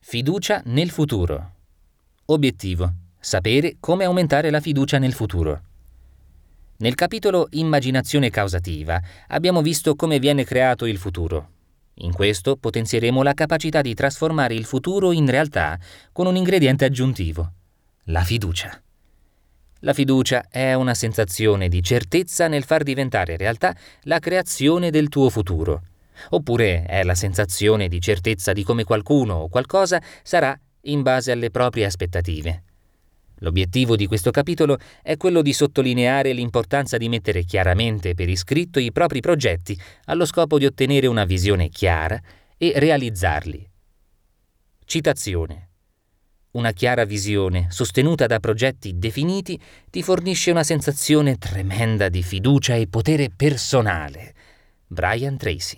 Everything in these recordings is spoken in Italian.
Fiducia nel futuro. Obiettivo: sapere come aumentare la fiducia nel futuro. Nel capitolo Immaginazione causativa abbiamo visto come viene creato il futuro. In questo potenzieremo la capacità di trasformare il futuro in realtà con un ingrediente aggiuntivo: la fiducia. La fiducia è una sensazione di certezza nel far diventare realtà la creazione del tuo futuro. Oppure è la sensazione di certezza di come qualcuno o qualcosa sarà in base alle proprie aspettative. L'obiettivo di questo capitolo è quello di sottolineare l'importanza di mettere chiaramente per iscritto i propri progetti allo scopo di ottenere una visione chiara e realizzarli. Citazione: una chiara visione, sostenuta da progetti definiti, ti fornisce una sensazione tremenda di fiducia e potere personale. Brian Tracy.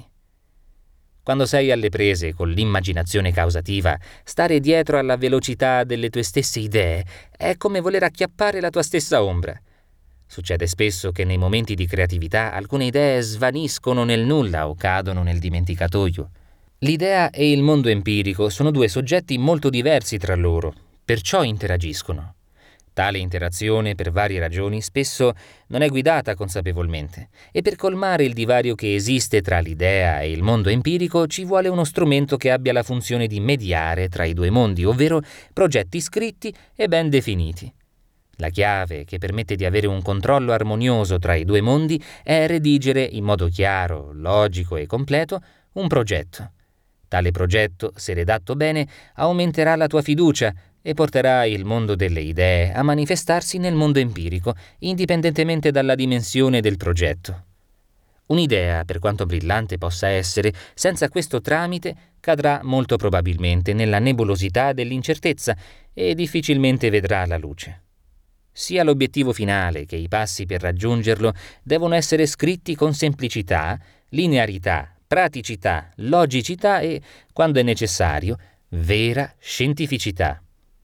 Quando sei alle prese con l'immaginazione causativa, stare dietro alla velocità delle tue stesse idee è come voler acchiappare la tua stessa ombra. Succede spesso che nei momenti di creatività alcune idee svaniscono nel nulla o cadono nel dimenticatoio. L'idea e il mondo empirico sono due soggetti molto diversi tra loro, perciò interagiscono. Tale interazione, per varie ragioni, spesso non è guidata consapevolmente, e per colmare il divario che esiste tra l'idea e il mondo empirico ci vuole uno strumento che abbia la funzione di mediare tra i due mondi, ovvero progetti scritti e ben definiti. La chiave che permette di avere un controllo armonioso tra i due mondi è redigere in modo chiaro, logico e completo un progetto. Tale progetto, se redatto bene, aumenterà la tua fiducia e porterà il mondo delle idee a manifestarsi nel mondo empirico, indipendentemente dalla dimensione del progetto. Un'idea, per quanto brillante possa essere, senza questo tramite cadrà molto probabilmente nella nebulosità dell'incertezza e difficilmente vedrà la luce. Sia l'obiettivo finale che i passi per raggiungerlo devono essere scritti con semplicità, linearità, praticità, logicità e, quando è necessario, vera scientificità.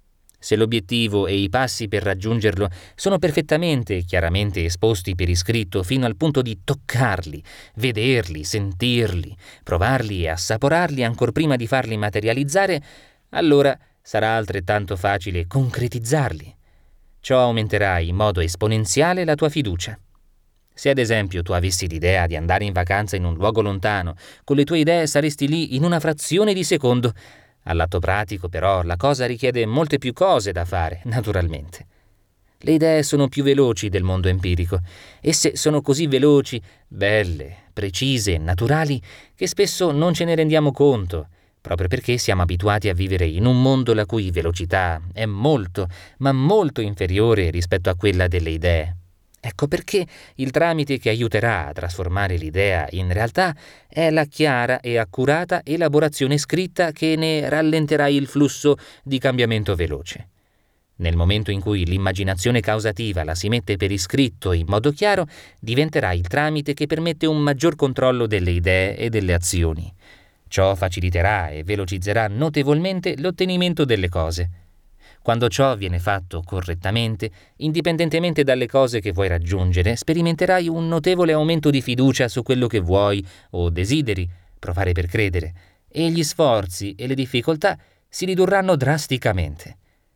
Se l'obiettivo e i passi per raggiungerlo sono perfettamente e chiaramente esposti per iscritto fino al punto di toccarli, vederli, sentirli, provarli e assaporarli ancor prima di farli materializzare, allora sarà altrettanto facile concretizzarli. Ciò aumenterà in modo esponenziale la tua fiducia. Se ad esempio tu avessi l'idea di andare in vacanza in un luogo lontano, con le tue idee saresti lì in una frazione di secondo. All'atto pratico, però, la cosa richiede molte più cose da fare, naturalmente. Le idee sono più veloci del mondo empirico. Esse sono così veloci, belle, precise, naturali, che spesso non ce ne rendiamo conto, proprio perché siamo abituati a vivere in un mondo la cui velocità è molto, ma molto inferiore rispetto a quella delle idee. Ecco perché il tramite che aiuterà a trasformare l'idea in realtà è la chiara e accurata elaborazione scritta che ne rallenterà il flusso di cambiamento veloce. Nel momento in cui l'immaginazione causativa la si mette per iscritto in modo chiaro, diventerà il tramite che permette un maggior controllo delle idee e delle azioni. Ciò faciliterà e velocizzerà notevolmente l'ottenimento delle cose. Quando ciò viene fatto correttamente, indipendentemente dalle cose che vuoi raggiungere, sperimenterai un notevole aumento di fiducia su quello che vuoi o desideri provare per credere, e gli sforzi e le difficoltà si ridurranno drasticamente.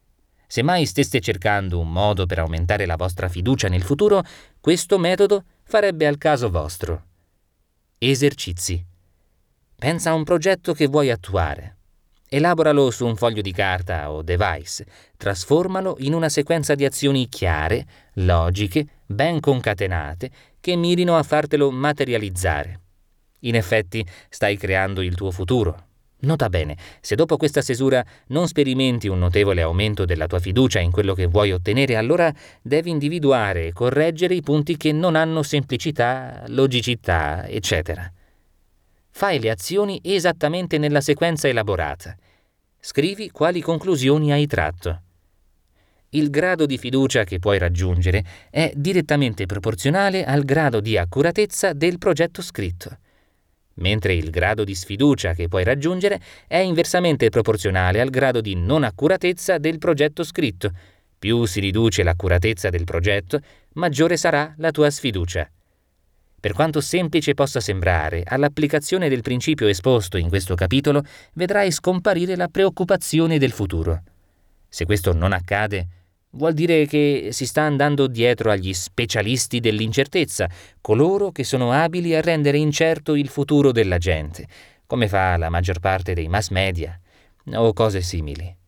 Se mai steste cercando un modo per aumentare la vostra fiducia nel futuro, questo metodo farebbe al caso vostro. Esercizi. Pensa a un progetto che vuoi attuare. Elaboralo su un foglio di carta o device, trasformalo in una sequenza di azioni chiare, logiche, ben concatenate, che mirino a fartelo materializzare. In effetti, stai creando il tuo futuro. Nota bene, se dopo questa stesura non sperimenti un notevole aumento della tua fiducia in quello che vuoi ottenere, allora devi individuare e correggere i punti che non hanno semplicità, logicità, eccetera. Fai le azioni esattamente nella sequenza elaborata. Scrivi quali conclusioni hai tratto. Il grado di fiducia che puoi raggiungere è direttamente proporzionale al grado di accuratezza del progetto scritto, mentre il grado di sfiducia che puoi raggiungere è inversamente proporzionale al grado di non accuratezza del progetto scritto. Più si riduce l'accuratezza del progetto, maggiore sarà la tua sfiducia. Per quanto semplice possa sembrare, all'applicazione del principio esposto in questo capitolo vedrai scomparire la preoccupazione del futuro. Se questo non accade, vuol dire che si sta andando dietro agli specialisti dell'incertezza, coloro che sono abili a rendere incerto il futuro della gente, come fa la maggior parte dei mass media o cose simili.